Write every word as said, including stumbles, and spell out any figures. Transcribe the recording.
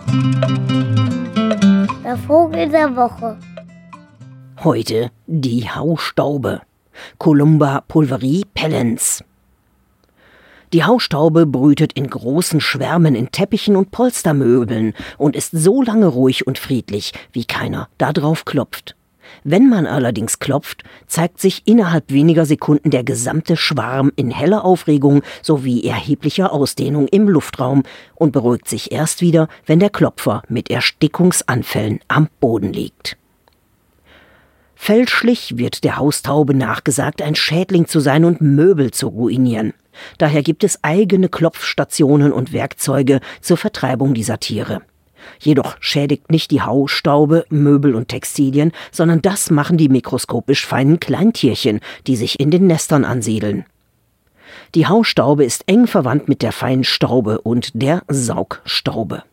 Der Vogel der Woche. Heute die Hausstaube. Columba pulveri-pellens. Die Hausstaube brütet in großen Schwärmen in Teppichen und Polstermöbeln und ist so lange ruhig und friedlich, wie keiner da drauf klopft. Wenn man allerdings klopft, zeigt sich innerhalb weniger Sekunden der gesamte Schwarm in heller Aufregung sowie erheblicher Ausdehnung im Luftraum und beruhigt sich erst wieder, wenn der Klopfer mit Erstickungsanfällen am Boden liegt. Fälschlich wird der Haustaube nachgesagt, ein Schädling zu sein und Möbel zu ruinieren. Daher gibt es eigene Klopfstationen und Werkzeuge zur Vertreibung dieser Tiere. Jedoch schädigt nicht die Hausstaube Möbel und Textilien, sondern das machen die mikroskopisch feinen Kleintierchen, die sich in den Nestern ansiedeln. Die Hausstaube ist eng verwandt mit der Feinstaube und der Saugstaube.